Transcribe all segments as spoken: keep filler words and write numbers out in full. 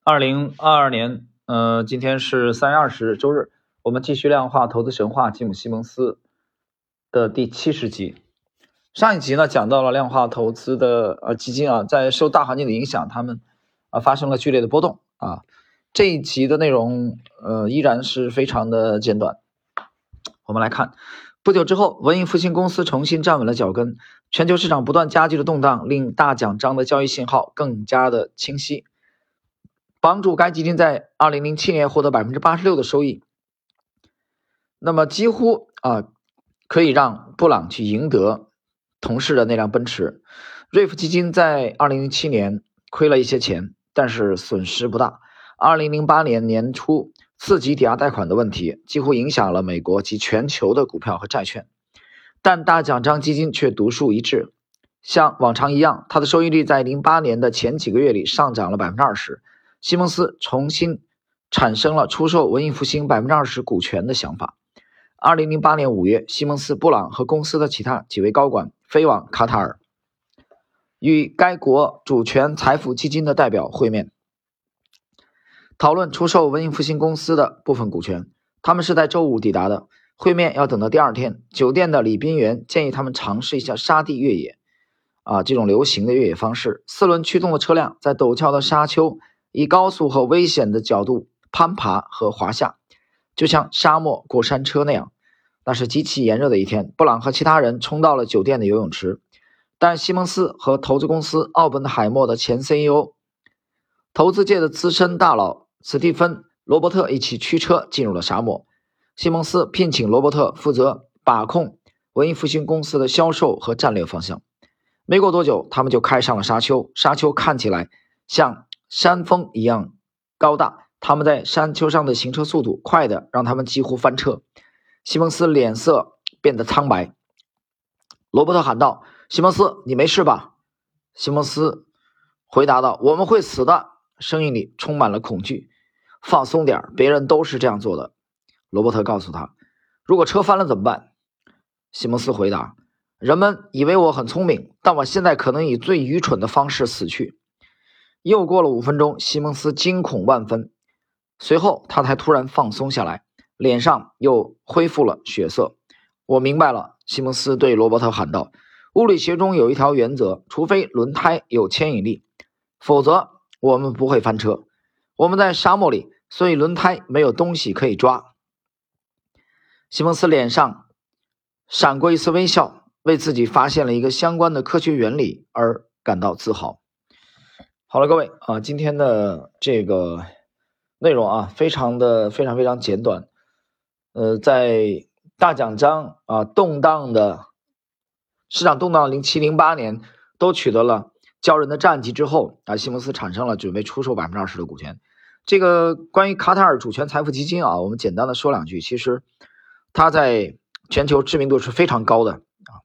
二零二二年，呃，今天是三月二十日，周日，我们继续量化投资神话吉姆·西蒙斯的第七十集。上一集呢，讲到了量化投资的呃基金啊，在受大环境的影响，他们啊发生了剧烈的波动啊。这一集的内容呃依然是非常的简短。我们来看，不久之后，文艺复兴公司重新站稳了脚跟，全球市场不断加剧的动荡，令大奖章的交易信号更加的清晰。帮助该基金在二零零七年获得 百分之八十六 的收益，那么几乎啊可以让布朗去赢得同事的那辆奔驰。瑞福基金在二零零七年亏了一些钱，但是损失不大。二零零八年年初，次级抵押贷款的问题几乎影响了美国及全球的股票和债券，但大奖章基金却独树一帜，像往常一样，它的收益率在零八年的前几个月里上涨了 百分之二十。西蒙斯重新产生了出售文艺复兴 百分之二十 股权的想法。二零零八年五月，西蒙斯、布朗和公司的其他几位高管飞往卡塔尔，与该国主权财富基金的代表会面，讨论出售文艺复兴公司的部分股权。他们是在周五抵达的，会面要等到第二天。酒店的礼宾员建议他们尝试一下沙地越野啊，这种流行的越野方式。四轮驱动的车辆在陡峭的沙丘以高速和危险的角度攀爬和滑下，就像沙漠过山车那样。那是极其炎热的一天，布朗和其他人冲到了酒店的游泳池，但西蒙斯和投资公司奥本海默的前 C E O、 投资界的资深大佬史蒂芬·罗伯特一起驱车进入了沙漠。西蒙斯聘请罗伯特负责把控文艺复兴公司的销售和战略方向。没过多久，他们就开上了沙丘，沙丘看起来像山峰一样高大，他们在山丘上的行车速度快的让他们几乎翻车。西蒙斯脸色变得苍白，罗伯特喊道：“西蒙斯，你没事吧？”西蒙斯回答道：“我们会死的。”声音里充满了恐惧。“放松点，别人都是这样做的。”罗伯特告诉他。“如果车翻了怎么办？”西蒙斯回答：“人们以为我很聪明，但我现在可能以最愚蠢的方式死去。”又过了五分钟，西蒙斯惊恐万分，随后他才突然放松下来，脸上又恢复了血色。“我明白了。”西蒙斯对罗伯特喊道，“物理学中有一条原则，除非轮胎有牵引力，否则我们不会翻车。我们在沙漠里，所以轮胎没有东西可以抓。”西蒙斯脸上闪过一丝微笑，为自己发现了一个相关的科学原理而感到自豪。好了，各位啊，今天的这个内容啊，非常的非常非常简短。呃，在大奖章啊动荡的市场动荡零七零八年都取得了骄人的战绩之后啊，西蒙斯产生了准备出售 百分之二十 的股权。这个关于卡塔尔主权财富基金啊，我们简单的说两句。其实它在全球知名度是非常高的啊。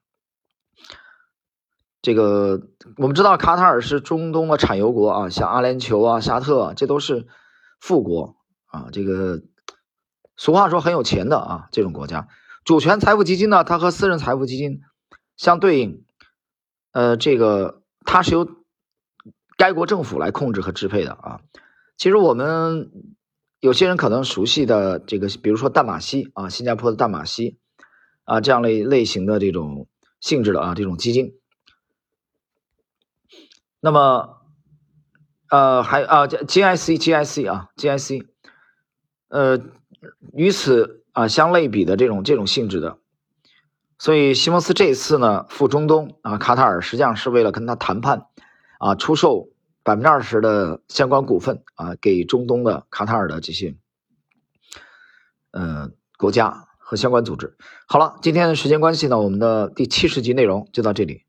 这个我们知道卡塔尔是中东的产油国啊，像阿联酋啊、沙特啊，这都是富国啊。这个俗话说很有钱的啊，这种国家。主权财富基金呢，它和私人财富基金相对应，呃，这个它是由该国政府来控制和支配的啊。其实我们有些人可能熟悉的这个，比如说淡马锡啊，新加坡的淡马锡啊，这样类类型的这种性质的啊，这种基金。那么，呃，还啊 ，G I C，G I C 啊 ，G I C， 呃，与此啊相类比的这种这种性质的，所以西蒙斯这一次呢赴中东啊，卡塔尔实际上是为了跟他谈判啊，出售 百分之二十 的相关股份啊，给中东的卡塔尔的这些呃国家和相关组织。好了，今天的时间关系呢，我们的第七十集内容就到这里。